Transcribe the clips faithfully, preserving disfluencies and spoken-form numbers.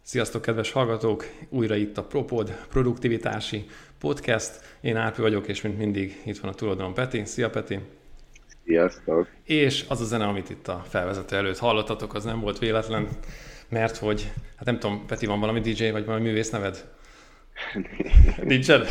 Sziasztok, kedves hallgatók! Újra itt a ProPod, produktivitási podcast. Én Árpi vagyok, és mint mindig itt van a túloldalon Peti. Szia, Peti! Sziasztok! És az a zene, amit itt a felvezető előtt hallottatok, az nem volt véletlen, mert hogy, hát nem tudom, Peti, van valami dé dzsé, vagy valami művész neved? Nincsen?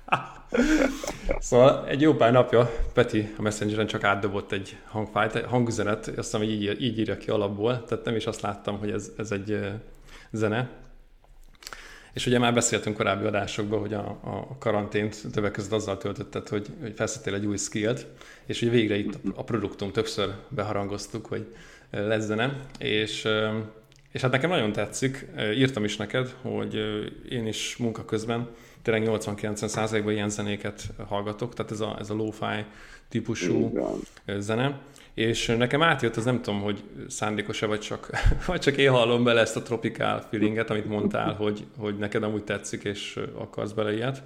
Szóval egy jó pár napja Peti a Messengeren csak átdobott egy hangfájt, hangüzenet, azt hiszem, hogy így, így írja ki alapból, tehát nem is azt láttam, hogy ez, ez egy zene. És ugye már beszéltünk korábbi adásokban, hogy a, a karantént többek között azzal töltötted, hogy, hogy felszedtél egy új skillt, és hogy végre itt a produktum többször beharangoztuk, hogy lesz zene, és, és hát nekem nagyon tetszik, írtam is neked, hogy én is munka közben tényleg nyolcvan-kilencven százalékban ilyen zenéket hallgatok, tehát ez a, ez a lo-fi típusú zene, és nekem átjött, az nem tudom, hogy szándékos-e, vagy csak, vagy csak én hallom bele ezt a tropikál feelinget, amit mondtál, hogy, hogy neked amúgy tetszik, és akarsz bele ilyet.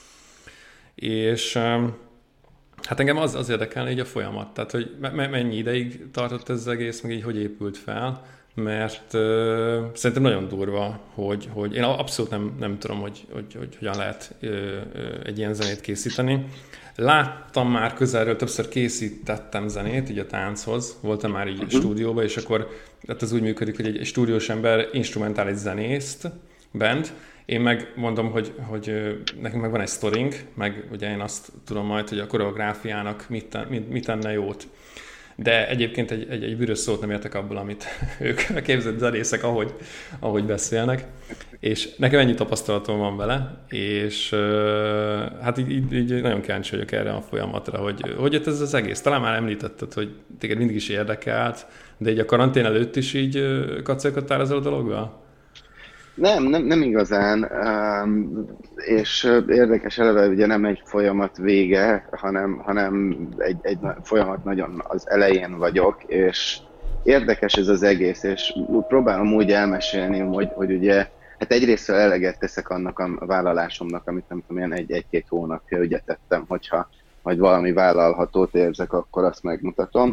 És hát engem az, az érdekelne így a folyamat, tehát hogy mennyi ideig tartott ez az egész, meg így hogy épült fel, mert uh, szerintem nagyon durva, hogy, hogy én abszolút nem, nem tudom, hogy, hogy, hogy hogyan lehet uh, uh, egy ilyen zenét készíteni. Láttam már közelről, többször készítettem zenét, így a tánchoz, voltam már így uh-huh. stúdióban, és akkor hát ez úgy működik, hogy egy, egy stúdiós ember instrumentális zenészt bent, én meg mondom, hogy, hogy nekünk meg van egy sztorink, meg ugye én azt tudom majd, hogy a koreográfiának mit, mit, mit tenne jót. De egyébként egy, egy, egy bűrös szót nem értek abból, amit ők képzett zenészek, ahogy, ahogy beszélnek. És nekem ennyi tapasztalatom van vele, és hát így, így, így nagyon kíváncsi vagyok erre a folyamatra, hogy hogy jött ez az egész. Talán már említetted, hogy téged mindig is érdekelt, de így a karantén előtt is így kacérkodtál ezzel a dologgal? Nem, nem, nem igazán, és érdekes eleve, ugye nem egy folyamat vége, hanem, hanem egy, egy folyamat nagyon az elején vagyok, és érdekes ez az egész, és próbálom úgy elmesélni, hogy, hogy ugye, hát egyrészt eleget teszek annak a vállalásomnak, amit nem tudom, ilyen egy, egy-két hónapja ugye tettem, hogyha majd valami vállalhatót érzek, akkor azt megmutatom.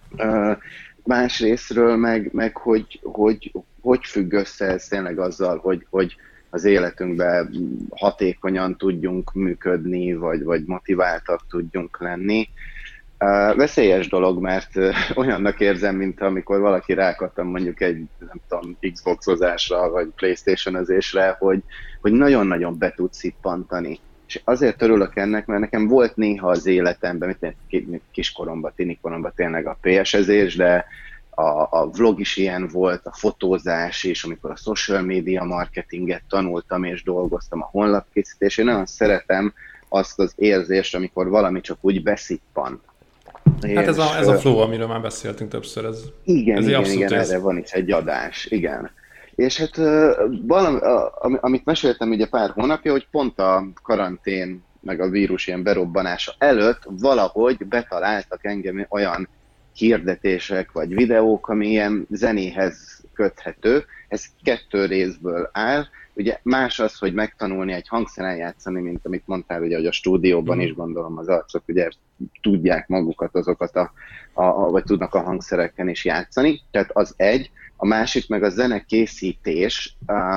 Másrésztről meg, meg hogy, hogy, hogy függ össze ez tényleg azzal, hogy, hogy az életünkben hatékonyan tudjunk működni, vagy, vagy motiváltak tudjunk lenni. Uh, veszélyes dolog, mert uh, olyannak érzem, mint amikor valaki rákattam mondjuk egy, nem tudom, Xboxozásra, vagy PlayStation-özésre, hogy, hogy nagyon-nagyon be tud szippantani. És azért örülök ennek, mert nekem volt néha az életemben, mint kiskoromban, tinikoromban tényleg a pé es-ezés, de a, a vlog is ilyen volt, a fotózás is, amikor a social media marketinget tanultam és dolgoztam, a honlapkészítés. Én nagyon szeretem azt az érzést, amikor valami csak úgy beszippan. Hát ez a, ez a flow, amiről már beszéltünk többször. Ez, igen, ez igen, igen, ez. erre van is egy adás, igen. És hát valami, amit meséltem ugye pár hónapja, hogy pont a karantén meg a vírus ilyen berobbanása előtt valahogy betaláltak engem olyan hirdetések vagy videók, ami ilyen zenéhez köthető. Ez kettő részből áll. Ugye más az, hogy megtanulni egy hangszeren játszani, mint amit mondtál, ugye, hogy a stúdióban mm. is gondolom az arcok, ugye tudják magukat azokat, a, a, a, vagy tudnak a hangszereken is játszani. Tehát az egy. A másik meg a zenekészítés,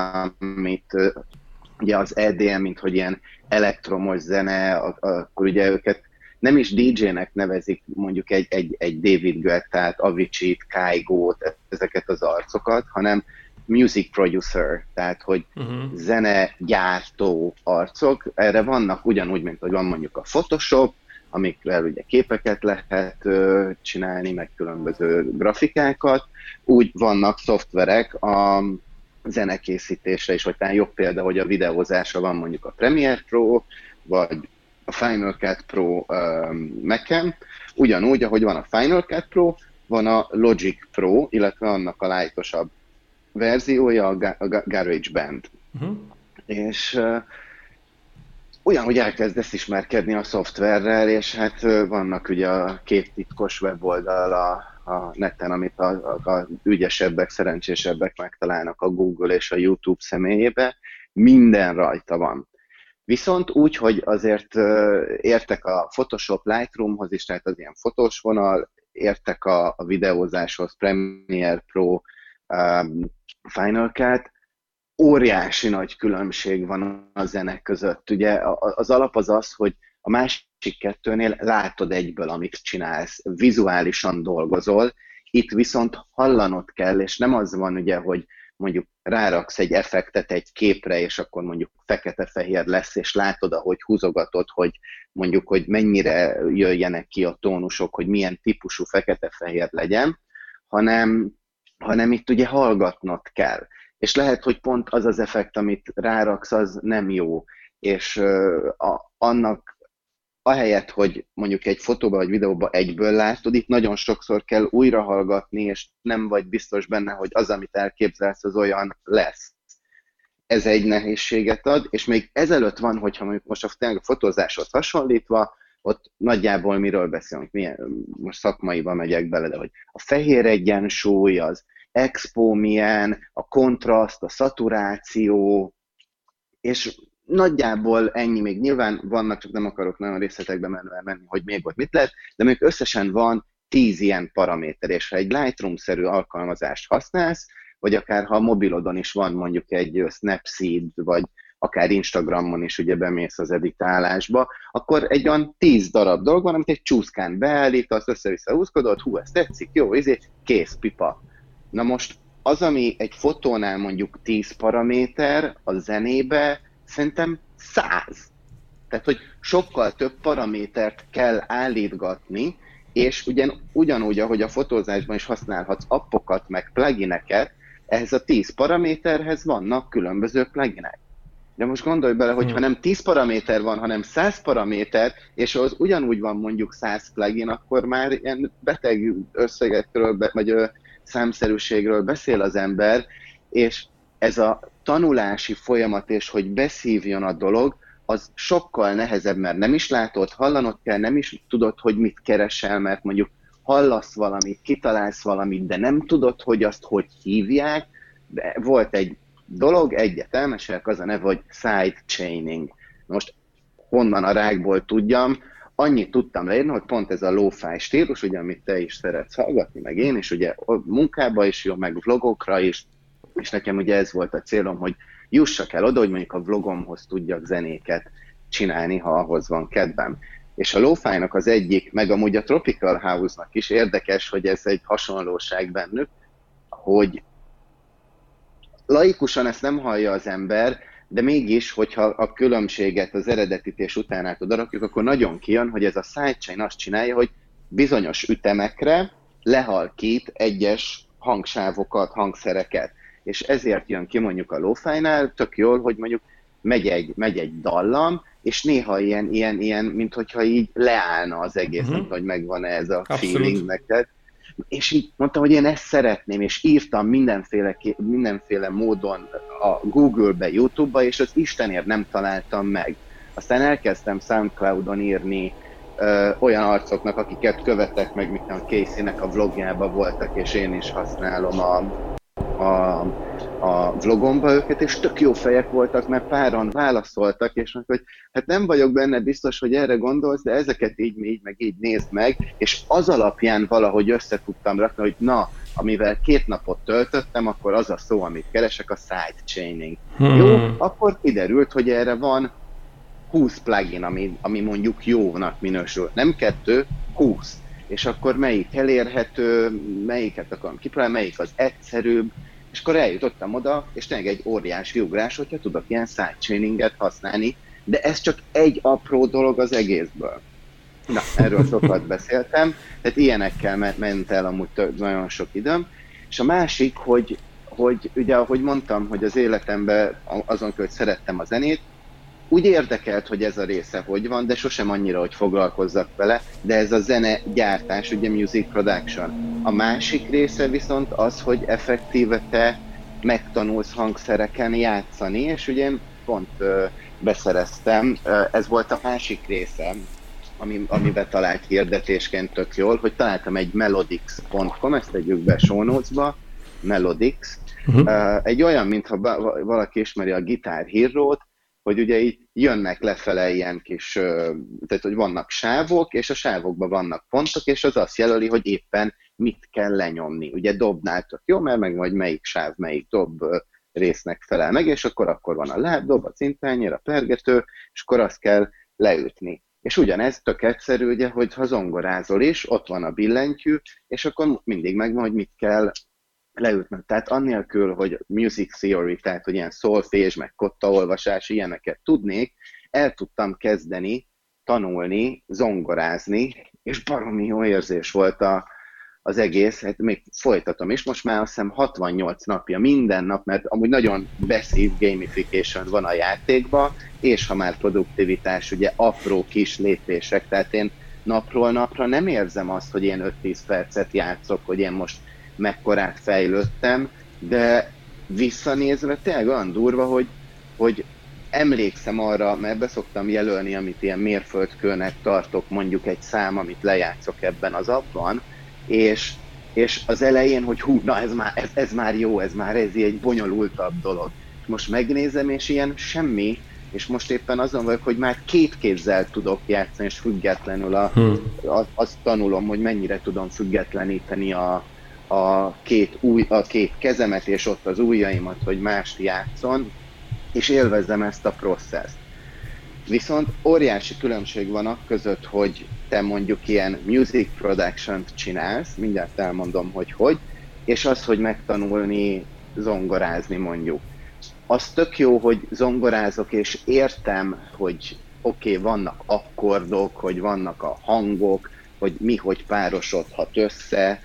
amit ugye az é dé em, mint hogy ilyen elektromos zene, akkor ugye őket nem is dé dzsének nevezik mondjuk egy, egy, egy David Guettát, Avicii-t, Kygo-t, ezeket az arcokat, hanem music producer, tehát hogy uh-huh. zenegyártó arcok. Erre vannak ugyanúgy, mint hogy van mondjuk a Photoshop, amikvel ugye képeket lehet ö, csinálni, meg különböző grafikákat. Úgy vannak szoftverek a zenekészítésre is, vagy talán jobb példa, hogy a videózásra van mondjuk a Premiere Pro, vagy a Final Cut Pro um, Mac-en. Ugyanúgy, ahogy van a Final Cut Pro, van a Logic Pro, illetve annak a lightosabb verziója, a, Ga- a GarageBand. Uh-huh. És uh, olyan, hogy elkezdesz ismerkedni a szoftverrel, és hát uh, vannak ugye a két titkos weboldal a, a neten, amit a, a, a ügyesebbek, szerencsésebbek megtalálnak a Google és a YouTube személyébe. Minden rajta van. Viszont úgy, hogy azért értek a Photoshop Lightroomhoz is, tehát az ilyen fotós vonal, értek a, a videózáshoz, Premiere Pro, um, Final Cut, óriási nagy különbség van a zenek között. Ugye az alap az az, hogy a másik kettőnél látod egyből, amit csinálsz, vizuálisan dolgozol, itt viszont hallanod kell, és nem az van ugye, hogy mondjuk ráraksz egy effektet egy képre, és akkor mondjuk fekete-fehér lesz, és látod, ahogy húzogatod, hogy mondjuk, hogy mennyire jöjjenek ki a tónusok, hogy milyen típusú fekete-fehér legyen, hanem, hanem itt ugye hallgatnod kell. És lehet, hogy pont az az effekt, amit ráraksz, az nem jó, és uh, a, annak ahelyett, hogy mondjuk egy fotóba vagy videóba egyből látod, itt nagyon sokszor kell újra hallgatni, és nem vagy biztos benne, hogy az, amit elképzelsz, az olyan lesz. Ez egy nehézséget ad, és még ezelőtt van, hogyha mondjuk most a, tényleg a fotózáshoz hasonlítva, ott nagyjából miről beszélünk, milyen, most szakmaiba megyek bele, de hogy a fehér egyensúly, az expo milyen, a kontraszt, a szaturáció, és nagyjából ennyi, még nyilván vannak, csak nem akarok nagyon részletekbe menően menni, hogy még ott mit lehet, de még összesen van tíz ilyen paraméter, és ha egy Lightroom-szerű alkalmazást használsz, vagy akár ha a mobilodon is van mondjuk egy Snapseed, vagy akár Instagramon is ugye bemész az editálásba, akkor egy olyan tíz darab dolog van, amit egy csúszkán beállítasz, össze-vissza húzkodod, hú, ez tetszik, jó, izé, kész, pipa. Na most az, ami egy fotónál mondjuk tíz paraméter, a zenébe szerintem száz. Tehát, hogy sokkal több paramétert kell állítgatni, és ugyan, ugyanúgy, ahogy a fotózásban is használhatsz appokat, meg plugineket, ehhez a tíz paraméterhez vannak különböző pluginek. De most gondolj bele, hogy hmm. ha nem tíz paraméter van, hanem száz paraméter, és az ugyanúgy van mondjuk száz plugin, akkor már ilyen beteg összegekről, vagy ö, számszerűségről beszél az ember, és ez a tanulási folyamat, és hogy beszívjon a dolog, az sokkal nehezebb, mert nem is látod, hallanod kell, nem is tudod, hogy mit keresel, mert mondjuk hallasz valamit, kitalálsz valamit, de nem tudod, hogy azt hogy hívják, de volt egy dolog, egyet elmesélek, az a neve, hogy sidechaining. Most honnan a rákból tudjam, annyit tudtam leírni, hogy pont ez a lo-fi stílus, ugye, amit te is szeretsz hallgatni, meg én is, ugye munkában is jó, meg vlogokra is, és nekem ugye ez volt a célom, hogy jussak el oda, hogy mondjuk a vlogomhoz tudjak zenéket csinálni, ha ahhoz van kedvem. És a lo-fi-nak az egyik, meg amúgy a Tropical House-nak is érdekes, hogy ez egy hasonlóság bennük, hogy laikusan ezt nem hallja az ember, de mégis, hogyha a különbséget, az eredetit és utánát odarakjuk, akkor nagyon kijön, hogy ez a sidechain azt csinálja, hogy bizonyos ütemekre lehalkít egyes hangsávokat, hangszereket. És ezért jön ki mondjuk a lo-fi-nál tök jól, hogy mondjuk megy egy, megy egy dallam, és néha ilyen, ilyen, ilyen, mint hogyha így leállna az egész, uh-huh. nem tudom, hogy megvan ez a Abszolút. Feeling neked. És így mondtam, hogy én ezt szeretném, és írtam mindenféle, mindenféle módon a Google-be, YouTube-ba, és az Istenért nem találtam meg. Aztán elkezdtem SoundCloud-on írni ö, olyan arcoknak, akiket követek, meg mint a Casey-nek a vlogjában voltak, és én is használom a, a, a vlogomba őket, és tök jó fejek voltak, mert páran válaszoltak, és mondták, hogy hát nem vagyok benne biztos, hogy erre gondolsz, de ezeket így, így, meg így nézd meg, és az alapján valahogy össze tudtam rakni, hogy na, amivel két napot töltöttem, akkor az a szó, amit keresek, a sidechaining. Hmm. Jó, akkor kiderült, hogy erre van húsz plugin, ami, ami mondjuk jónak minősül. Nem kettő, húsz. És akkor melyik elérhető, melyiket akarom kipróbálni, melyik az egyszerűbb, és akkor eljutottam oda, és tényleg egy óriási ugrás, hogyha tudok ilyen sidechaininget használni, de ez csak egy apró dolog az egészből. Na, erről sokat beszéltem, tehát ilyenekkel ment el amúgy tök, nagyon sok időm. És a másik, hogy, hogy ugye ahogy mondtam, hogy az életemben azon, hogy szerettem a zenét, úgy érdekelt, hogy ez a része hogy van, de sosem annyira, hogy foglalkozzak vele, de ez a zene gyártás, ugye music production. A másik része viszont az, hogy effektíve te megtanulsz hangszereken játszani, és ugye én pont ö, beszereztem, ö, ez volt a másik része, ami, amiben talált hirdetésként tök jól, hogy találtam egy melodix pont com, ezt tegyük be show notes-ba, Melodix. Uh-huh. Egy olyan, mintha valaki ismeri a Guitar Hero-t, hogy ugye így jönnek lefele ilyen kis, tehát hogy vannak sávok, és a sávokban vannak pontok, és az azt jelöli, hogy éppen mit kell lenyomni. Ugye dobnál tök jó, mert meg vagy melyik sáv, melyik dob résznek felel meg, és akkor, akkor van a lábdob, a cintányér, a pergető, és akkor azt kell leütni. És ugyanez tök egyszerű, ugye, hogy ha zongorázol is, ott van a billentyű, és akkor mindig megvan, hogy mit kell leütni. Tehát annélkül, hogy music theory, tehát hogy ilyen szolfés, meg kottaolvasás, ilyeneket tudnék, el tudtam kezdeni tanulni, zongorázni, és baromi jó érzés volt a, az egész, hát még folytatom is, most már azt hiszem hatvannyolc napja minden nap, mert amúgy nagyon beszív gamification van a játékban, és ha már produktivitás, ugye apró kis lépések, tehát én napról napra nem érzem azt, hogy én öt-tíz percet játszok, hogy én most mekkorát fejlődtem, de visszanézve tényleg olyan durva, hogy, hogy emlékszem arra, mert be szoktam jelölni, amit ilyen mérföldkőnek tartok, mondjuk egy szám, amit lejátszok ebben az appban, és, és az elején, hogy hú, na ez már, ez, ez már jó, ez már ez egy bonyolultabb dolog. Most megnézem, és ilyen semmi, és most éppen azon vagyok, hogy már két kézzel tudok játszani, és függetlenül a, hmm. a, azt tanulom, hogy mennyire tudom függetleníteni a, a, két új, a két kezemet, és ott az ujjaimat, hogy mást játszon, és élvezzem ezt a processzt. Viszont óriási különbség van a között, hogy te mondjuk ilyen music production-t csinálsz, mindjárt elmondom, hogy hogy, és az, hogy megtanulni zongorázni mondjuk. Az tök jó, hogy zongorázok, és értem, hogy oké, okay, vannak akkordok, hogy vannak a hangok, hogy mi hogy párosodhat össze,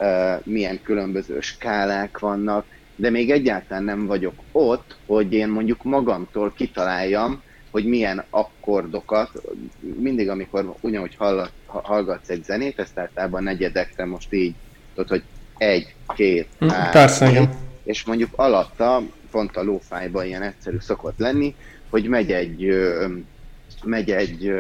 milyen különböző skálák vannak, de még egyáltalán nem vagyok ott, hogy én mondjuk magamtól kitaláljam, hogy milyen akkordokat, mindig amikor ugyanúgy hallgatsz egy zenét, ezt általában negyedekre most így, tudod, hogy egy, két, három, és mondjuk alatta, pont a lo-fi-ban ilyen egyszerű szokott lenni, hogy megy egy, megy egy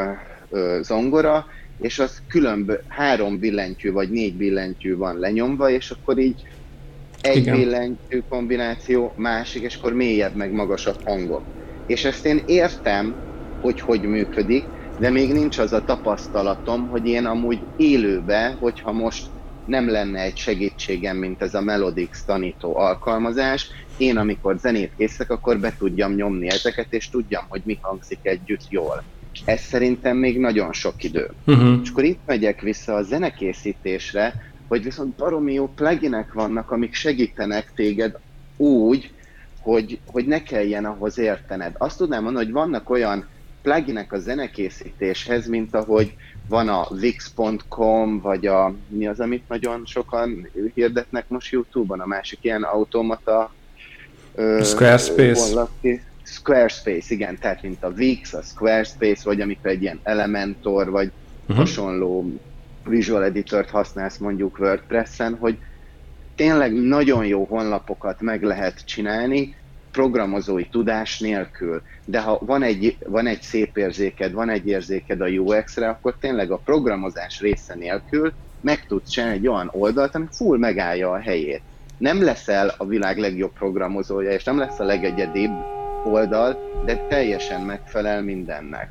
zongora, és az különböző három billentyű vagy négy billentyű van lenyomva, és akkor így egy Igen. billentyű kombináció, másik, és akkor mélyebb, meg magasabb hangok. És ezt én értem, hogy hogy működik, de még nincs az a tapasztalatom, hogy én amúgy élőben, hogyha most nem lenne egy segítségem, mint ez a Melodics tanító alkalmazás, én amikor zenét készek, akkor be tudjam nyomni ezeket, és tudjam, hogy mi hangzik együtt jól. Ez szerintem még nagyon sok idő. Uh-huh. És akkor itt megyek vissza a zenekészítésre, hogy viszont baromi jó pluginek vannak, amik segítenek téged úgy, hogy, hogy ne kelljen ahhoz értened. Azt tudnám mondani, hogy vannak olyan pluginek a zenekészítéshez, mint ahogy van a Wix pont com, vagy a, mi az, amit nagyon sokan hirdetnek most YouTube-on, a másik ilyen automata Squarespace. Honlapki. Squarespace, igen, tehát mint a Wix, a Squarespace, vagy amikor egy ilyen Elementor, vagy uh-huh. hasonló visual editort használsz mondjuk WordPress-en, hogy tényleg nagyon jó honlapokat meg lehet csinálni programozói tudás nélkül. De ha van egy, van egy szép érzéked, van egy érzéked a u exre, akkor tényleg a programozás része nélkül meg tudsz csinálni egy olyan oldalt, ami full megállja a helyét. Nem leszel a világ legjobb programozója, és nem lesz a legegyedibb oldal, de teljesen megfelel mindennek.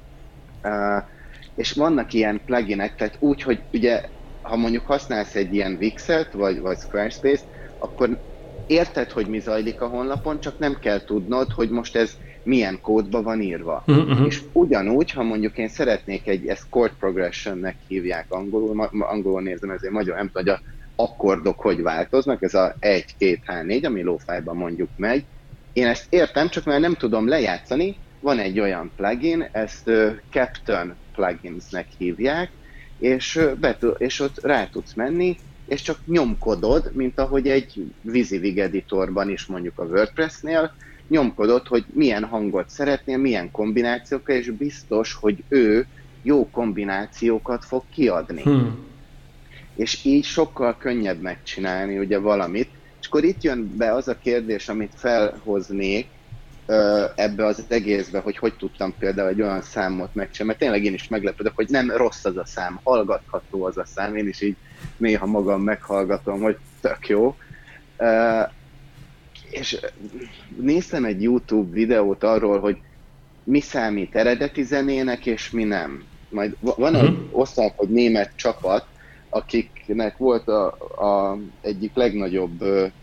Uh, és vannak ilyen pluginek, tehát úgy, hogy ugye, ha mondjuk használsz egy ilyen Wix-et, vagy, vagy Squarespace-t, akkor érted, hogy mi zajlik a honlapon, csak nem kell tudnod, hogy most ez milyen kódba van írva. Uh-huh. És ugyanúgy, ha mondjuk én szeretnék egy, ezt chord progressionnek hívják angolul, ma, angolul nézem, ezért magyar, nem tudom, hogy a akkordok hogy változnak, ez a egy, két, há, négy, ami lo-fi-ban mondjuk megy. Én ezt értem, csak már nem tudom lejátszani, van egy olyan plugin, ezt uh, Captain Pluginsnek hívják, és, uh, betul- és ott rá tudsz menni, és csak nyomkodod, mint ahogy egy WYSIWYG editorban is, mondjuk a WordPressnél, nyomkodod, hogy milyen hangot szeretnél, milyen kombinációkkal, és biztos, hogy ő jó kombinációkat fog kiadni. Hmm. És így sokkal könnyebb megcsinálni ugye valamit. És akkor itt jön be az a kérdés, amit felhoznék ebbe az egészbe, hogy hogy tudtam például egy olyan számot megcsinálni, mert tényleg én is meglepődök, hogy nem rossz az a szám, hallgatható az a szám, én is így néha magam meghallgatom, hogy tök jó. És néztem egy YouTube videót arról, hogy mi számít eredeti zenének, és mi nem. Majd van egy osztrák vagy német csapat, akiknek volt a, a egyik legnagyobb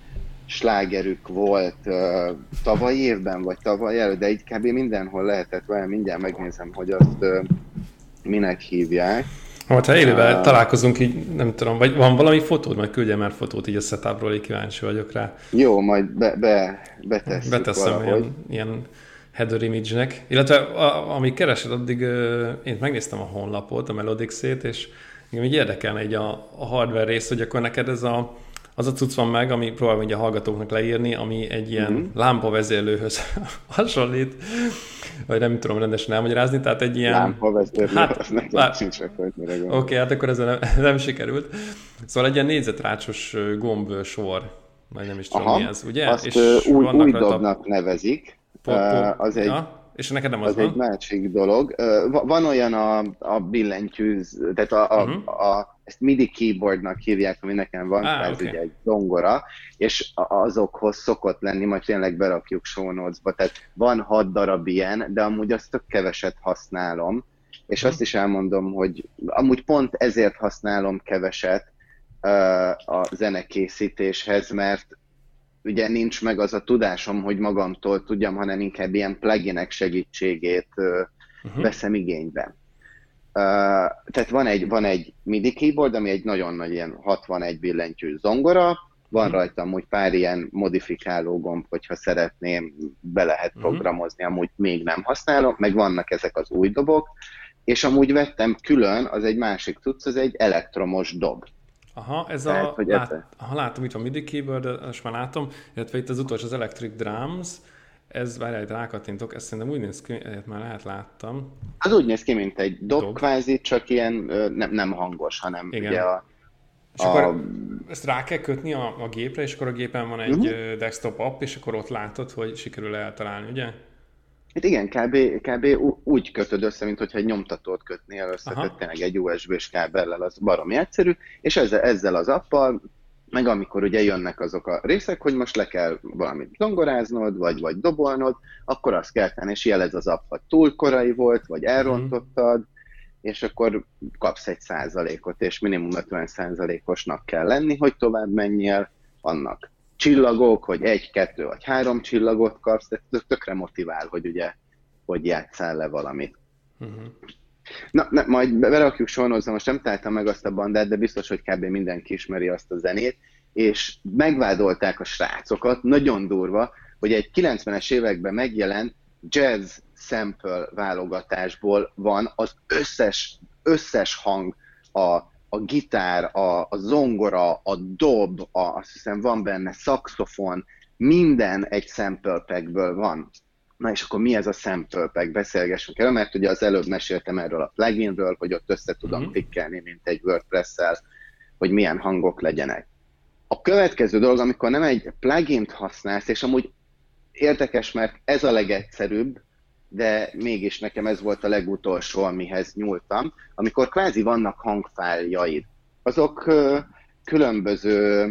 slágerük volt uh, tavaly évben, vagy tavaly előtt, de így kb. Mindenhol lehetett vele, mindjárt megnézem, hogy azt uh, minek hívják. Hát, ha élőben uh, találkozunk, így nem tudom, vagy van valami fotód, majd küldje már fotót így a setupról, így kíváncsi vagyok rá. Jó, majd be, be, betesszük Beteszem valahogy. ilyen, ilyen header image-nek. Illetve a, amíg keresed, addig uh, én megnéztem a honlapot, a Melodix-ét, és engem így érdekelne így a, a hardware rész, hogy akkor neked ez a az a cucc van meg, ami próbálom így a hallgatóknak leírni, ami egy ilyen mm-hmm. lámpavezérlőhöz hasonlít, vagy nem tudom rendesen elmagyarázni, tehát egy ilyen... Lámpavezérlő, hát, az nekem sincs akkor mire Oké, okay, hát akkor ez nem, nem sikerült. Szóval egy ilyen négyzetrácsos gomb sor, vagy nem is tudom Aha, mi ez, ugye? Azt és új, új rajta... dobnak nevezik. Pop, pop. Az egy... Ja? És neked nem az, az van? egy másik dolog. Van olyan a, a billentyűz, tehát a, a, uh-huh. a, ezt midi keyboardnak hívják, ami nekem van, ah, ez okay. ugye egy zongora, és azokhoz szokott lenni, majd tényleg berakjuk show notes-ba, tehát van hat darab ilyen, de amúgy azt tök keveset használom, és uh-huh. azt is elmondom, hogy amúgy pont ezért használom keveset uh, a zenekészítéshez, mert ugye nincs meg az a tudásom, hogy magamtól tudjam, hanem inkább ilyen pluginek segítségét uh, uh-huh. veszem igénybe. Uh, tehát van egy, van egy midi keyboard, ami egy nagyon nagy ilyen hatvanegy billentyű zongora, van uh-huh. rajta amúgy pár ilyen modifikáló gomb, hogyha szeretném, be lehet uh-huh. programozni, amúgy még nem használom, meg vannak ezek az új dobok, és amúgy vettem külön, az egy másik cucc, az egy elektromos dob. Aha, ez Tehát, a... Lát, aha, látom, itt van midi keyboard, most már látom, illetve itt az utolsó, az Electric Drums, ez, várjál, itt rákattintok, ezt szerintem úgy néz ki, ezt már lehet láttam. Az úgy néz ki, mint egy dob, dob. kvázi, csak ilyen nem, nem hangos, hanem igen. ugye a... És a... akkor ezt rá kell kötni a, a gépre, és akkor a gépen van egy uh-huh. desktop app, és akkor ott látod, hogy sikerül eltalálni, ugye? Hát igen, kb, kb. Úgy kötöd össze, mint hogyha egy nyomtatót kötnél össze, tehát tényleg egy u es bé-s kábellel, az baromi egyszerű, és ezzel, ezzel az appal, meg amikor ugye jönnek azok a részek, hogy most le kell valamit zongoráznod, vagy, vagy dobolnod, akkor azt kell tenni, és jelez az app, hogy túl korai volt, vagy elrontottad, mm. és akkor kapsz egy százalékot, és minimum ötven százalékosnak kell lenni, hogy tovább menjél, annak csillagok, hogy egy, kettő vagy három csillagot kapsz, tehát tökre motivál, hogy ugye, hogy játsszál le valamit. Uh-huh. Na, ne, majd berakjuk sornozza, most nem találtam meg azt a bandát, de biztos, hogy kb. Mindenki ismeri azt a zenét, és megvádolták a srácokat, nagyon durva, hogy egy kilencvenes években megjelent jazz sample válogatásból van az összes, összes hang, a a gitár, a, a zongora, a dob, a, azt hiszem van benne szaxofon, minden egy sample packből van. Na és akkor mi ez a sample pack? Beszélgessünk el, mert ugye az előbb meséltem erről a pluginről, hogy ott össze tudom mm-hmm. klikkelni, mint egy WordPress-szel, hogy milyen hangok legyenek. A következő dolog, amikor nem egy plugint használsz, és amúgy érdekes, mert ez a legegyszerűbb, de mégis nekem ez volt a legutolsó, amihez nyúltam, amikor kvázi vannak hangfájljaid. Azok ö, különböző,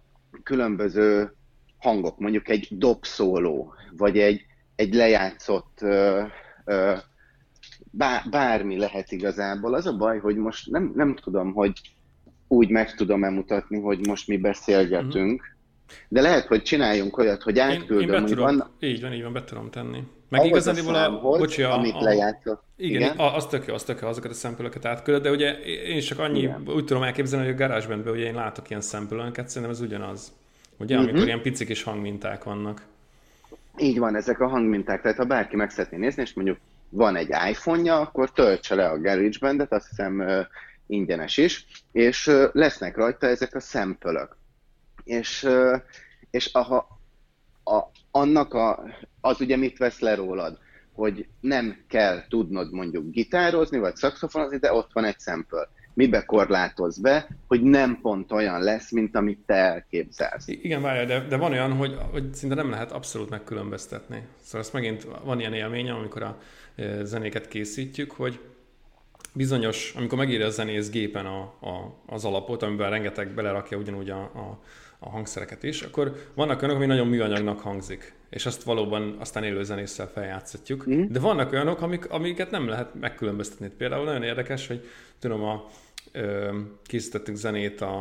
különböző hangok, mondjuk egy dobszóló, vagy egy, egy lejátszott, ö, ö, bár, bármi lehet igazából. Az a baj, hogy most nem, nem tudom, hogy úgy meg tudom-e mutatni, hogy most mi beszélgetünk, mm-hmm. de lehet, hogy csináljunk olyat, hogy átküldöm. Én, én tudom, van... Így van, így van, be tudom tenni. Meg igazából a, a, bocsi, a, amit lejátszott. Igen, igen? A, az tök jó, az tök jó, azokat a sample-öket átküldöd, de ugye én csak annyi, igen. úgy tudom elképzelni, hogy a GarageBandben ugye én látok ilyen sample-önket, szerintem ez ugyanaz. Ugye, amikor uh-huh. ilyen picik és hangminták vannak. Így van, ezek a hangminták, tehát ha bárki meg szeretné nézni, és mondjuk van egy iPhone-ja, akkor töltse le a GarageBandet, azt hiszem uh, ingyenes is, és uh, lesznek rajta ezek a sample-ök. És, uh, és aha, a, annak a, az ugye mit vesz le rólad, hogy nem kell tudnod mondjuk gitározni, vagy szaxofonozni, de ott van egy sample. Mibe korlátoz be, hogy nem pont olyan lesz, mint amit te elképzelsz. Igen, várjál, de, de van olyan, hogy, hogy szinte nem lehet abszolút megkülönböztetni. Szóval ezt megint van ilyen élményem, amikor a zenéket készítjük, hogy bizonyos, amikor megírja a zenész gépen a, a, az alapot, amiben rengeteg belerakja ugyanúgy a, a a hangszereket is, akkor vannak olyanok, ami nagyon műanyagnak hangzik, és azt valóban aztán élő zenésszel feljátszhatjuk. Mm. De vannak olyanok, amik, amiket nem lehet megkülönböztetni. Például nagyon érdekes, hogy tudom, a, ö, készítettük zenét a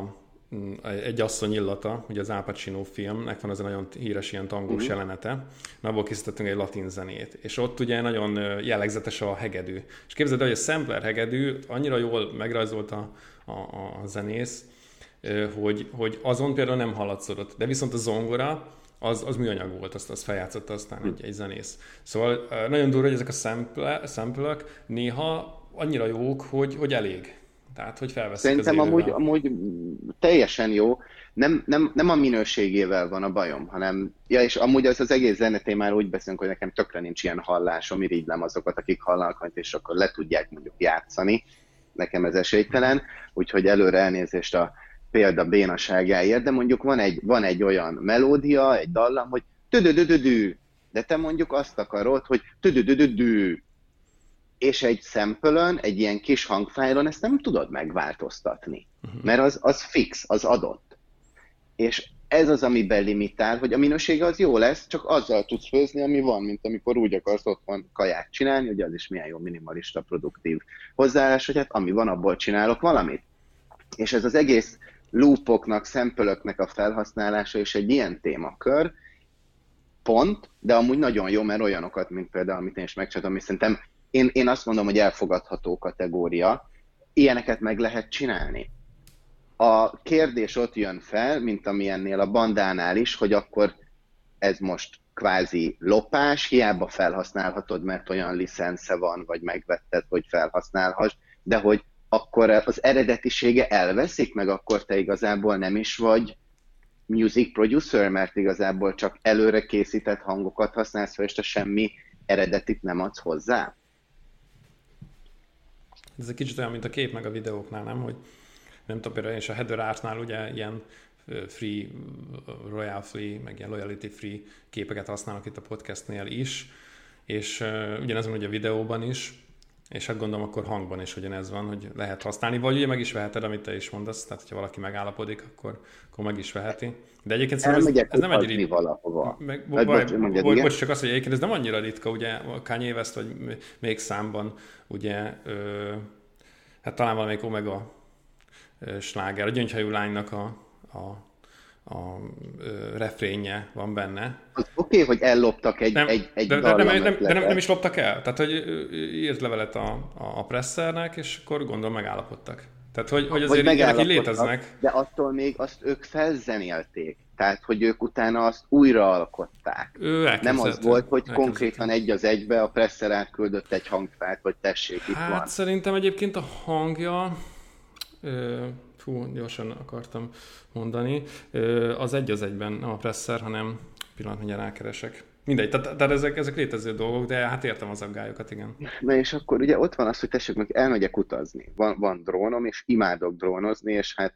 mm, egy asszony illata, ugye az Al Pacino filmnek van az a nagyon híres ilyen tangós Uh-huh. jelenete, na abból készítettünk egy latin zenét, és ott ugye nagyon jellegzetes a hegedű. És képzeld el, hogy a sampler hegedű annyira jól megrajzolta a, a, a zenész, hogy, hogy azon például nem hallatszott, de viszont a zongora az, az műanyag volt, azt, azt feljátszotta aztán egy, egy zenész. Szóval nagyon durva, hogy ezek a sample, sample-ök néha annyira jók, hogy, hogy elég. Tehát, hogy felveszik az Szerintem amúgy, élővel. amúgy teljesen jó. Nem, nem, nem a minőségével van a bajom, hanem, ja, és amúgy az az egész zenetémáról úgy beszélünk, hogy nekem tökre nincs ilyen hallásom, irigylem azokat, akik hallanak, majd, és akkor le tudják mondjuk játszani. Nekem ez esélytelen, úgyhogy előre elnézést a példa bénaságáért, de mondjuk van egy, van egy olyan melódia, egy dallam, hogy tüdüdüdüdü, de te mondjuk azt akarod, hogy tüdüdüdüdü, és egy sample-ön, egy ilyen kis hangfájlon ezt nem tudod megváltoztatni, mert az, az fix, az adott. És ez az, ami belimitál, hogy a minősége az jó lesz, csak azzal tudsz főzni, ami van, mint amikor úgy akarsz otthon kaját csinálni, ugye az is milyen jó minimalista, produktív hozzáállás, hogy hát ami van, abból csinálok valamit. És ez az egész loopoknak, sample-öknek a felhasználása is egy ilyen témakör, pont, de amúgy nagyon jó, mert olyanokat, mint például, amit én is megcsináltam, és szerintem én, én azt mondom, hogy elfogadható kategória, ilyeneket meg lehet csinálni. A kérdés ott jön fel, mint amilyennél a bandánál is, hogy akkor ez most kvázi lopás, hiába felhasználhatod, mert olyan licensze van, vagy megvetted, hogy felhasználhass, de hogy akkor az eredetisége elveszik, meg akkor te igazából nem is vagy music producer, mert igazából csak előre készített hangokat használsz fel, és te semmi eredetit nem adsz hozzá. Ez egy kicsit olyan, mint a kép meg a videóknál, nem? Hogy nem tudom, például én is a Heather Art-nál ugye ilyen free, royal free, meg ilyen loyalty free képeket használok itt a podcastnél is, és uh, ugyanez van ugye a videóban is, és hát gondolom akkor hangban is ugyanez van, hogy lehet használni, vagy ugye meg is veheted, amit te is mondasz, tehát hogyha valaki megállapodik, akkor, akkor meg is veheti. De egyébként szerintem ez, ez nem egy ritka. Valahova. Meg, baj, baj, baj, bocs, csak az, hogy egyébként ez nem annyira ritka, ugye a Kanye West, vagy még számban, ugye, ö, hát talán valamelyik Omega ö, sláger, a Gyöngyhajú lánynak a, a a ö, refrénje van benne. Az oké, okay, hogy elloptak egy, nem, egy, egy de, de, nem, nem, de nem, nem is loptak el. Tehát, hogy írt levelet a, a, a presszernek, és akkor gondolom megállapodtak. Tehát, hogy, hogy azért ilyenek így léteznek. De attól még azt ők felzenélték. Tehát, hogy ők utána azt újraalkották. Nem az volt, hogy konkrétan egy az egybe a presszer átküldött egy hangfát, hogy tessék, itt hát van. Hát szerintem egyébként a hangja... Ö, fú, gyorsan akartam mondani. Az egy az egyben, nem a presser, hanem pillanat, mindjárt rákeresek. Mindegy, tehát, tehát ezek, ezek létező dolgok, de hát értem az aggályokat, igen. Na és akkor ugye ott van az, hogy tessék meg, elmegyek utazni. Van, van drónom, és imádok drónozni, és hát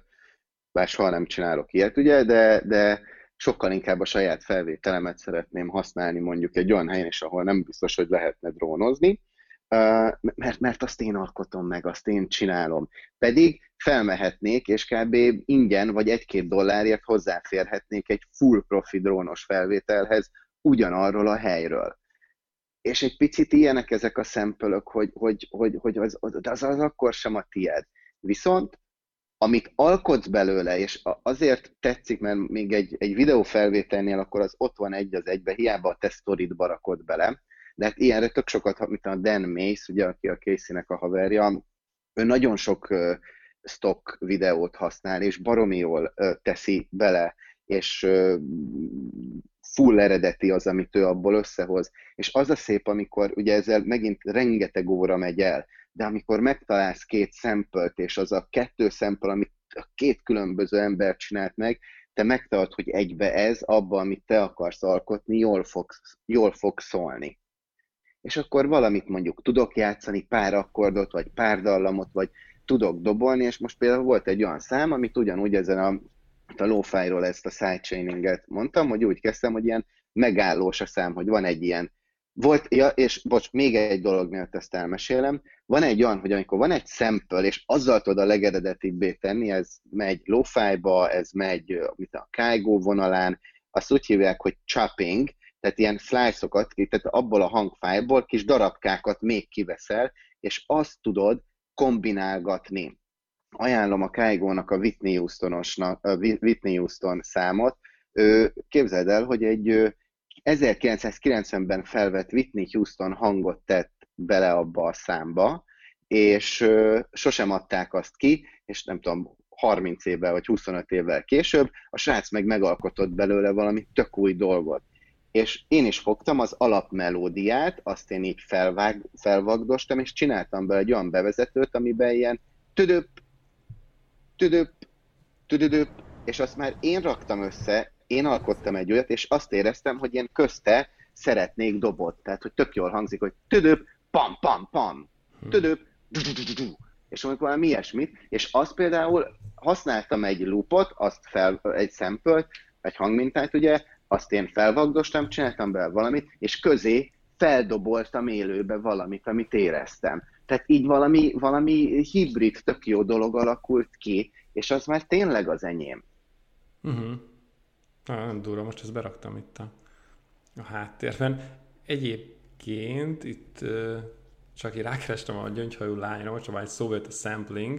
bár soha nem csinálok ilyet, ugye, de, de sokkal inkább a saját felvételemet szeretném használni mondjuk egy olyan helyen is, ahol nem biztos, hogy lehetne drónozni. Uh, mert, mert azt én alkotom meg, azt én csinálom. Pedig felmehetnék, és kb. Ingyen vagy egy-két dollárért hozzáférhetnék egy full profi drónos felvételhez ugyanarról a helyről. És egy picit ilyenek ezek a sample-ök, hogy, hogy, hogy, hogy az, az, az akkor sem a tied. Viszont amit alkotsz belőle, és azért tetszik, mert még egy, egy videófelvételnél akkor az ott van egy az egybe, hiába a te sztoridba rakod bele, de hát ilyenre tök sokat, mint a Dan Mace, ugye, aki a Casey-nek a haverja, ő nagyon sok uh, stock videót használ, és baromi jól uh, teszi bele, és uh, full eredeti az, amit ő abból összehoz. És az a szép, amikor, ugye ezzel megint rengeteg óra megy el, de amikor megtalálsz két sample-t, és az a kettő sample, amit a két különböző ember csinált meg, te megtalálod, hogy egybe ez, abba, amit te akarsz alkotni, jól fog, jól fog szólni. És akkor valamit mondjuk tudok játszani, pár akkordot, vagy pár dallamot, vagy tudok dobolni, és most például volt egy olyan szám, amit ugyanúgy ezen a, a lo-fi-ról ezt a sidechaininget mondtam, hogy úgy kezdtem, hogy ilyen megállós a szám, hogy van egy ilyen, volt, ja, és bocs, még egy dolog miatt ezt elmesélem, van egy olyan, hogy amikor van egy sample, és azzal tudod a legeredetibbé tenni, ez megy lo-fi-ba, ez megy mit a Kygo vonalán, azt úgy hívják, hogy chopping, tehát ilyen slice-okat, tehát abból a hangfájlból kis darabkákat még kiveszel, és azt tudod kombinálgatni. ajánlom a Kygo-nak a Whitney Houstonosnak, a Whitney Houston számot. Ő, képzeld el, hogy egy ö, ezerkilencszázkilencvenben felvett Whitney Houston hangot tett bele abba a számba, és ö, sosem adták azt ki, és nem tudom, harminc évvel vagy huszonöt évvel később a srác meg megalkotott belőle valami tök új dolgot. És én is fogtam az alapmelódiát, azt én így felvág, felvagdostam, és csináltam be egy olyan bevezetőt, amiben ilyen tüdöp, tüdöp, tüdöp, és azt már én raktam össze, én alkottam egy olyat, és azt éreztem, hogy én közte szeretnék dobot. Tehát, hogy tök jól hangzik, hogy tüdöp, pam, pam, pam, tüdöp, és amikor valami ilyesmit, és azt például használtam egy loopot, azt fel, egy sample, egy hangmintát, ugye, azt én felvagdostam, csináltam be valamit, és közé feldoboltam élőbe valamit, amit éreztem. Tehát így valami, valami hibrid, tök jó dolog alakult ki, és az már tényleg az enyém. Uh-huh. Ah, nem durva, most ezt beraktam itt a, a háttérben. Egyébként itt uh, csak így rákerestem a Gyöngyhajú lányra, most már egy szó volt a sampling,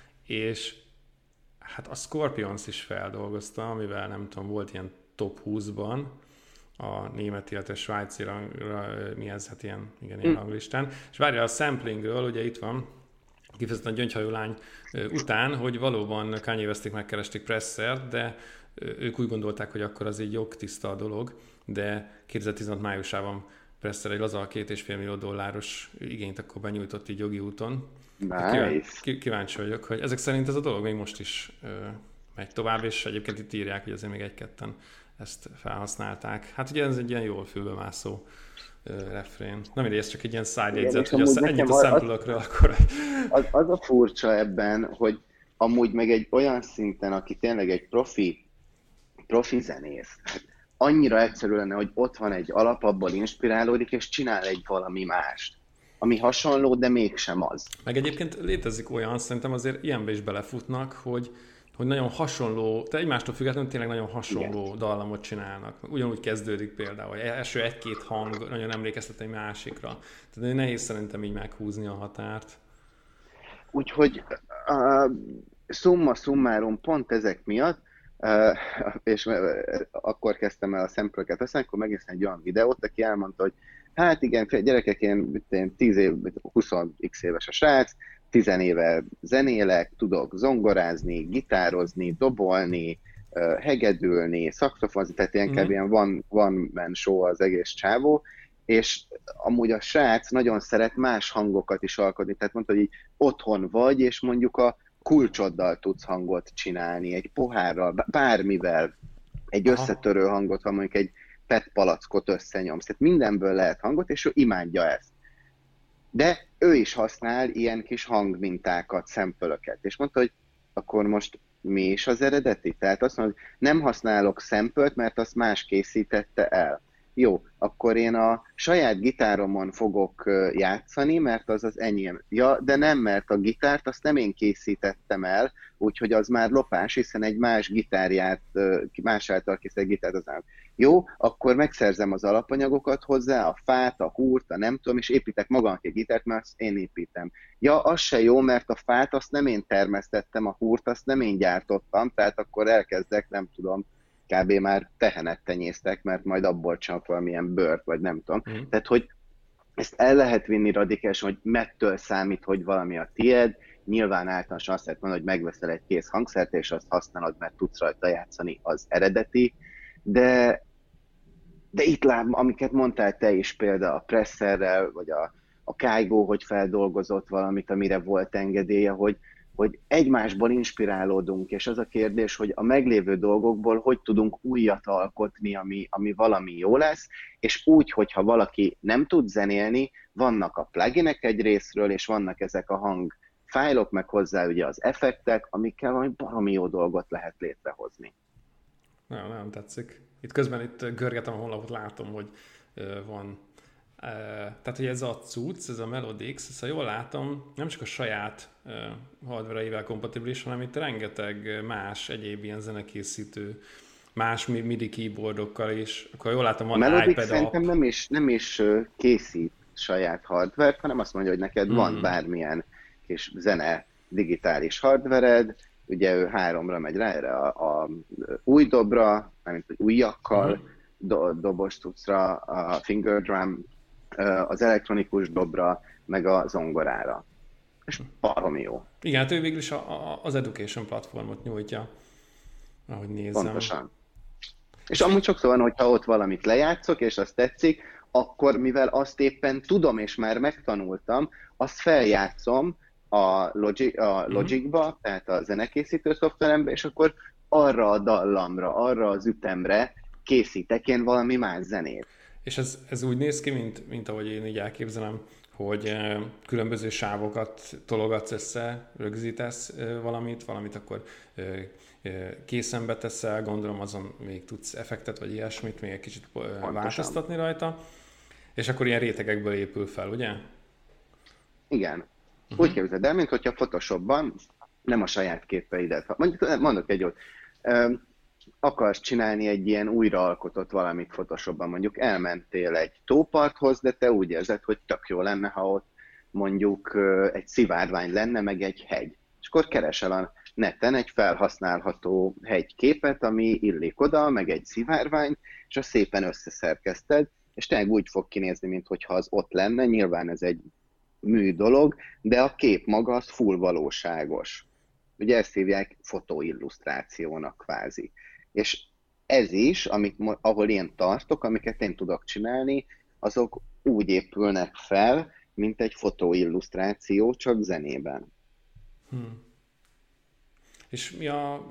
és hát a Scorpions is feldolgozta, amivel nem tudom, volt ilyen top húszban, a német, illetve svájci mi ez, hát ilyen, igen, ilyen ranglistán. És várja a samplingről, ugye itt van, kifejezetten a Gyöngyhajú lány után, hogy valóban Kanye Westék megkeresték Pressert, de ők úgy gondolták, hogy akkor az így jogtiszta a dolog, de kétezer-tizenhat májusában Presser egy laza két és fél millió dolláros igényt akkor benyújtott így jogi úton. Nice. Kíváncsi vagyok, hogy ezek szerint ez a dolog még most is ö, megy tovább, és egyébként itt írják, hogy azért még egy-ketten ezt felhasználták. Hát ugye ez egy ilyen jól fülbemászó uh, refrén. Nem mindegy, ez csak egy ilyen szájjegyzet, hogy azt ennyit a sample-ökről, akkor... Az, az a furcsa ebben, hogy amúgy meg egy olyan szinten, aki tényleg egy profi, profi zenész, hát annyira egyszerű lenne, hogy ott van egy alap, abból inspirálódik, és csinál egy valami mást, ami hasonló, de mégsem az. Meg egyébként létezik olyan, szerintem azért ilyenbe is belefutnak, hogy hogy nagyon hasonló, tehát egymástól függetlenül tényleg nagyon hasonló igen. dallamot csinálnak. Ugyanúgy kezdődik például, hogy első egy-két hang nagyon emlékeztet egy másikra. Tehát nehéz szerintem így meghúzni a határt. Úgyhogy uh, summa summarum pont ezek miatt, uh, és uh, akkor kezdtem el a sample-öket, aztán akkor megnéztem egy olyan videót, aki elmondta, hogy hát igen, gyerekek, én, én tíz év, húsz x éves a srác, tizenéve zenélek, tudok zongorázni, gitározni, dobolni, hegedülni, szaxofozni, tehát ilyen mm-hmm. ilyen van, van man show az egész csávó, és amúgy a srác nagyon szeret más hangokat is alkotni, tehát mondta, hogy így otthon vagy, és mondjuk a kulcsoddal tudsz hangot csinálni, egy pohárral, bármivel, egy Aha. összetörő hangot, ha mondjuk egy pet palackot összenyomsz, tehát mindenből lehet hangot, és ő imádja ezt. De ő is használ ilyen kis hangmintákat, sample-öket. És mondta, hogy akkor most mi is az eredeti? Tehát azt mondja, hogy nem használok sample-t, mert azt más készítette el. Jó, akkor én a saját gitáromon fogok játszani, mert az az enyém. Ja, de nem, mert a gitárt azt nem én készítettem el, úgyhogy az már lopás, hiszen egy más gitárját, más által készített gitárt az nem. Jó, akkor megszerzem az alapanyagokat hozzá, a fát, a húrt, a nem tudom, és építek magamnak egy gitárt, mert azt én építem. Ja, az se jó, mert a fát azt nem én termesztettem, a húrt azt nem én gyártottam, tehát akkor elkezdek, nem tudom, kb. Már tehenet tenyésztek, mert majd abból csinálok valamilyen bőrt, vagy nem tudom. Mm. Tehát, hogy ezt el lehet vinni radikálisan, hogy mettől számít, hogy valami a tied. Nyilván általánosan azt lehet mondani, hogy megveszel egy kész hangszert, és azt használod, mert tudsz rajta játszani, az eredeti. De, de itt lát, amiket mondtál te is, például a Presserrel, vagy a, a Kygo, hogy feldolgozott valamit, amire volt engedélye, hogy hogy egymásból inspirálódunk, és az a kérdés, hogy a meglévő dolgokból hogy tudunk újat alkotni, ami, ami valami jó lesz, és úgy, hogyha valaki nem tud zenélni, vannak a pluginek egy részről, és vannak ezek a hangfájlok, meg hozzá ugye az effektek, amikkel valami baromi jó dolgot lehet létrehozni. Nem, nem tetszik. Itt közben itt görgetem a honlapot, látom, hogy van Uh, tehát, hogy ez a cucc, ez a Melodix, ezt ha jól látom, nem csak a saját uh, hardware-eivel kompatibilis, hanem itt rengeteg más egyéb ilyen zenekészítő, más MIDI keyboardokkal is. Akkor jól látom, van a iPad Melodix szerintem nem is, nem is készít saját hardware-t, hanem azt mondja, hogy neked hmm. van bármilyen kis zene digitális hardvered, ugye ő háromra megy rá erre a, a új dobra, mármint újakkal, uh-huh. do, dobos cuccra, a finger drum, az elektronikus dobra, meg a zongorára. És baromi jó. Igen, hát ő végül is a, a, az education platformot nyújtja, ahogy nézem. Pontosan. És amúgy sokszor van, hogyha ott valamit lejátszok, és azt tetszik, akkor mivel azt éppen tudom, és már megtanultam, azt feljátszom a, Logic, a Logicba, mm-hmm. tehát a zenekészítő szoftverembe, és akkor arra a dallamra, arra az ütemre készítek én valami más zenét. És ez, ez úgy néz ki, mint, mint ahogy én így elképzelem, hogy különböző sávokat tologatsz össze, rögzítesz valamit, valamit akkor készen beteszel, gondolom azon még tudsz effektet, vagy ilyesmit, még egy kicsit Pontosan. változtatni rajta, és akkor ilyen rétegekből épül fel, ugye? Igen. Uh-huh. Úgy képzeld el, mint hogyha Photoshopban nem a saját képeidet. Mondjuk, mondok egy jót. Akarsz csinálni egy ilyen újraalkotott valamit Photoshopban, mondjuk elmentél egy tóparthoz, de te úgy érzed, hogy tök jó lenne, ha ott mondjuk egy szivárvány lenne, meg egy hegy. És akkor keresel a neten egy felhasználható hegyképet, ami illik oda, meg egy szivárvány, és azt szépen összeszerkezted, és tényleg úgy fog kinézni, mintha az ott lenne, nyilván ez egy mű dolog, de a kép maga az full valóságos. Ugye ezt hívják fotóillusztrációnak kvázi. És ez is, amit, ahol én tartok, amiket én tudok csinálni, azok úgy épülnek fel, mint egy fotóillusztráció, csak zenében. Hmm. És mi a...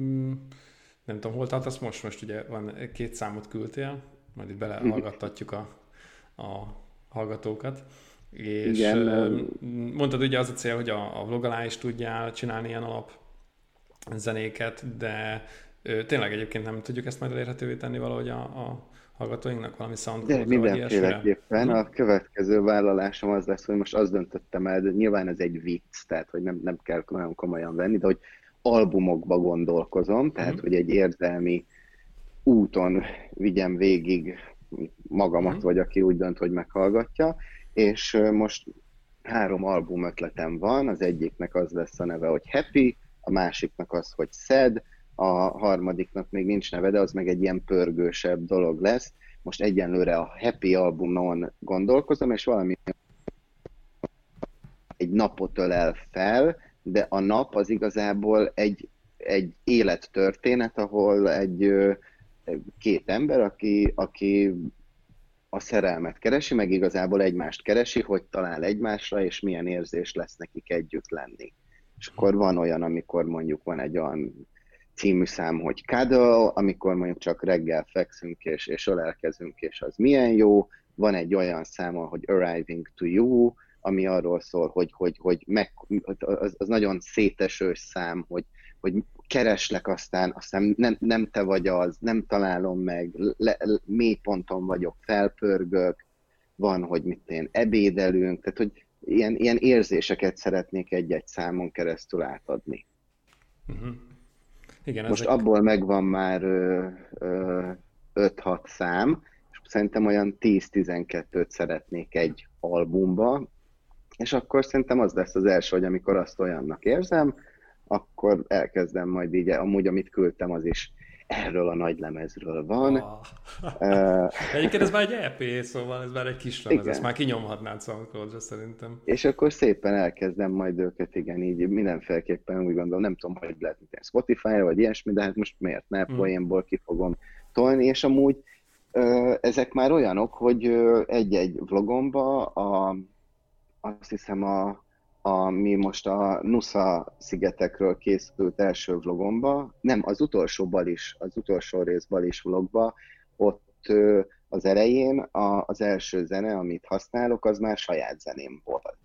Nem tudom, hol tartasz most? Most ugye van két számot küldtél, majd itt belehallgattatjuk a, a hallgatókat. És igen, mondtad ugye az a cél, hogy a, a vlog alá is tudjál csinálni ilyen alap zenéket, de ö, tényleg egyébként nem tudjuk ezt majd elérhetővé tenni valahogy a, a hallgatóinknak valami soundcloudra, de mindenféleképpen a következő vállalásom az lesz, hogy most azt döntöttem el, de nyilván ez egy vicc, tehát hogy nem, nem kell nagyon komolyan venni, de hogy albumokba gondolkozom, tehát mm. hogy egy érzelmi úton vigyem végig magamat, mm. vagy aki úgy dönt, hogy meghallgatja, és most három album ötletem van, az egyiknek az lesz a neve, hogy Happy, a másiknak az, hogy Sad, a harmadiknak még nincs neve, de az meg egy ilyen pörgősebb dolog lesz. Most egyenlőre a Happy albumon gondolkozom, és valami egy napot ölel fel, de a nap az igazából egy, egy élettörténet, ahol egy két ember, aki, aki a szerelmet keresi, meg igazából egymást keresi, hogy talál egymásra, és milyen érzés lesz nekik együtt lenni. És akkor van olyan, amikor mondjuk van egy olyan című szám, hogy Cuddle, amikor mondjuk csak reggel fekszünk, és, és ölelkezünk, és az milyen jó. Van egy olyan száma, hogy Arriving to You, ami arról szól, hogy, hogy, hogy meg, az, az nagyon szétesős szám, hogy, hogy kereslek, aztán, aztán nem, nem te vagy az, nem találom meg, le, mély ponton vagyok, felpörgök, van, hogy mit én ebédelünk, tehát hogy ilyen, ilyen érzéseket szeretnék egy-egy számon keresztül átadni. Uh-huh. Igen, most ezek... abból megvan már öt-hat szám, és szerintem olyan tíz-tizenkettőt szeretnék egy albumba, és akkor szerintem az lesz az első, hogy amikor azt olyannak érzem, akkor elkezdem majd így, amúgy amit küldtem, az is erről a nagy lemezről van. Oh. Uh, Egyébként ez már egy é pé, szóval ez már egy kis lemez, ezt már kinyomhatnád SoundCloudra szerintem. És akkor szépen elkezdem majd őket, igen, így mindenféleképpen úgy gondolom, nem tudom, hogy lehet, mint Spotify-ra, vagy ilyesmi, de hát most miért ne, mm. poénból ki fogom tolni, és amúgy uh, ezek már olyanok, hogy uh, egy-egy vlogomba a, azt hiszem a ami most a Nusa szigetekről készült első vlogomba, nem, az utolsóban is, az utolsó részben is vlogba, ott ö, az elején a, az első zene, amit használok, az már saját zeném volt.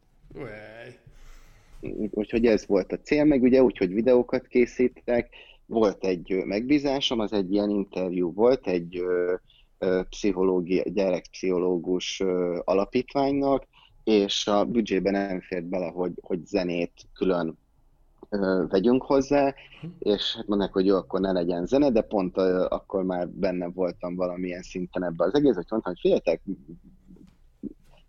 Úgyhogy ez volt a cél, meg ugye úgy, hogy videókat készítek, volt egy megbízásom, az egy ilyen interjú volt, egy ö, ö, pszichológia, gyerekpszichológus ö, alapítványnak, és a büdzsében nem fért bele, hogy, hogy zenét külön ö, vegyünk hozzá, és hát mondták, hogy jó, akkor ne legyen zene, de pont ö, akkor már benne voltam valamilyen szinten ebben az egész, hogy mondtam, hogy figyeljetek,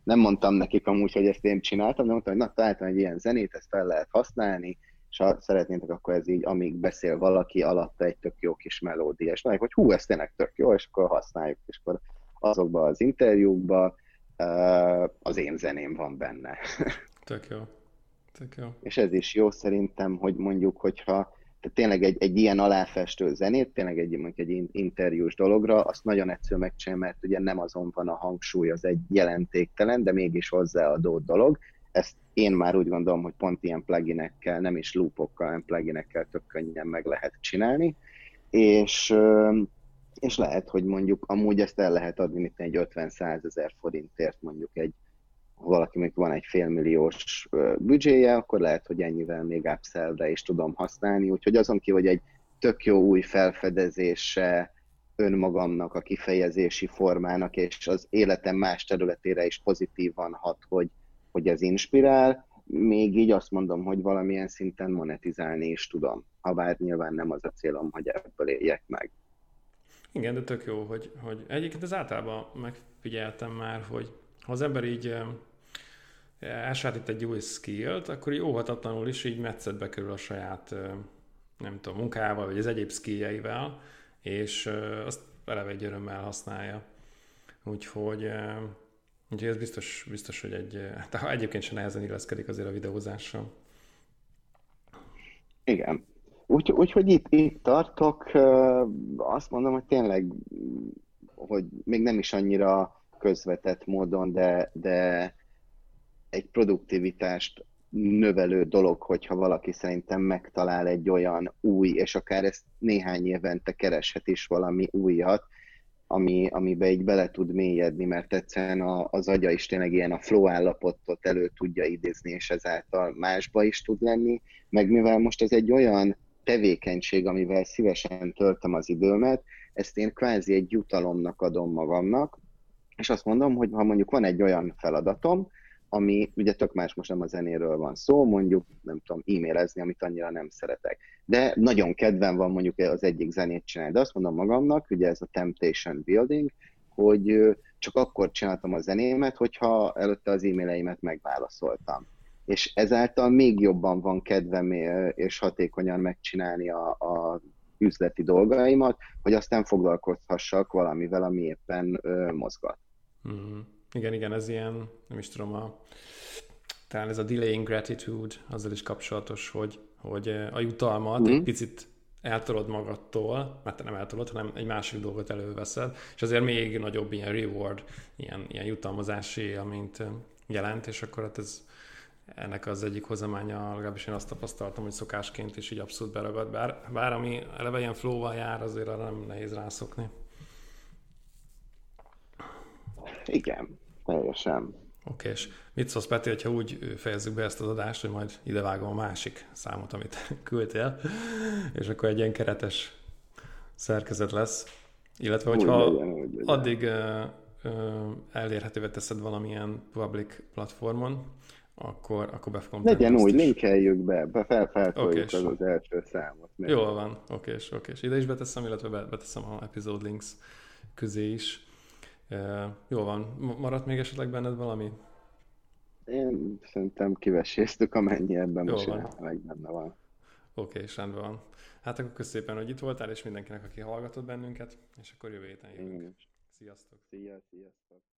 nem mondtam nekik amúgy, hogy ezt én csináltam, de mondtam, hogy na, találtam egy ilyen zenét, ezt fel lehet használni, és ha szeretnétek, akkor ez így, amíg beszél valaki, alatta egy tök jó kis melódia, és mondják, hogy hú, ez tényleg tök jó, és akkor használjuk, és akkor azokban az interjúkban uh, az én zeném van benne. Tök jó. Tök jó. És ez is jó szerintem, hogy mondjuk, hogyha tehát tényleg egy, egy ilyen aláfestő zenét, tényleg egy, mondjuk egy interjús dologra, azt nagyon egyszerű megcsinálni, mert ugye nem azon van a hangsúly, az egy jelentéktelen, de mégis hozzáadó dolog. Ezt én már úgy gondolom, hogy pont ilyen pluginekkel, nem is loopokkal, hanem pluginekkel tök könnyen meg lehet csinálni, és, és lehet, hogy mondjuk amúgy ezt el lehet adni, mint egy ötven-százezer forintért mondjuk egy, ha valaki még van egy félmilliós büdzséje, akkor lehet, hogy ennyivel még upsell-re is tudom használni, úgyhogy azon ki, hogy egy tök jó új felfedezése önmagamnak, a kifejezési formának, és az életem más területére is pozitívan hat, hogy, hogy ez inspirál, még így azt mondom, hogy valamilyen szinten monetizálni is tudom, habár nyilván nem az a célom, hogy ebből éljek meg. Igen, de tök jó, hogy, hogy egyébként az általában megfigyeltem már, hogy ha az ember így elsajátít egy új skillt, akkor így óhatatlanul is így metszetbe kerül a saját, nem tudom, munkával, vagy az egyéb skilljeivel, és azt eleve egy örömmel használja. Úgyhogy, úgyhogy ez biztos, biztos, hogy egy, hát egyébként sem nehezen illeszkedik azért a videózással. Igen. Úgyhogy úgy, hogy itt, itt tartok, azt mondom, hogy tényleg, hogy még nem is annyira közvetett módon, de, de egy produktivitást növelő dolog, hogyha valaki szerintem megtalál egy olyan új, és akár ezt néhány évente kereshet is valami újat, ami, amiben így bele tud mélyedni, mert egyszerűen a, az agya is tényleg ilyen a flow állapotot elő tudja idézni, és ezáltal másba is tud lenni, meg mivel most ez egy olyan tevékenység, amivel szívesen töltöm az időmet, ezt én kvázi egy jutalomnak adom magamnak, és azt mondom, hogy ha mondjuk van egy olyan feladatom, ami ugye tök más, most nem a zenéről van szó, mondjuk, nem tudom, e-mailezni, amit annyira nem szeretek. De nagyon kedven van mondjuk az egyik zenét csinálni, de azt mondom magamnak, ugye ez a temptation building, hogy csak akkor csináltam a zenémet, hogyha előtte az e-maileimet megválaszoltam. És ezáltal még jobban van kedvem és hatékonyan megcsinálni a, a üzleti dolgaimat, hogy aztán foglalkozhassak valamivel, ami éppen ö, mozgat. Mm. Igen, igen, ez ilyen, nem is tudom, a, talán ez a delaying gratitude, azzal is kapcsolatos, hogy, hogy a jutalmat mm. egy picit eltolod magadtól, mert te nem eltolod, hanem egy másik dolgot előveszed, és azért még nagyobb ilyen reward, ilyen, ilyen jutalmazási élményt jelent, és akkor hát ez ennek az egyik hozománya, legalábbis én azt tapasztaltam, hogy szokásként is így abszolút beragad, bár, bár ami eleve ilyen flow-val jár, azért arra nem nehéz rászokni. Igen, teljesen. Oké, és mit szólsz, Peti, hogyha úgy fejezzük be ezt az adást, hogy majd idevágom a másik számot, amit küldtél, és akkor egy ilyen keretes szerkezet lesz. Illetve, hogyha úgy legyen, úgy legyen. Addig uh, uh, elérhetővé teszed valamilyen public platformon, akkor, akkor be fogom tenni. Legyen úgy, linkeljük be, be fel, feltoljuk az az első számot. Még. Jól van, oké, oké. Ide is beteszem, illetve beteszem a episode links közé is. Uh, jól van. Maradt még esetleg benned valami? Én szerintem kiveséztük, amennyi ebben most meg benne van. Oké, és rendben van. Hát akkor köszönöm szépen, hogy itt voltál, és mindenkinek, aki hallgatott bennünket, és akkor jövő héten jövünk. Sziasztok! Szia, sziasztok!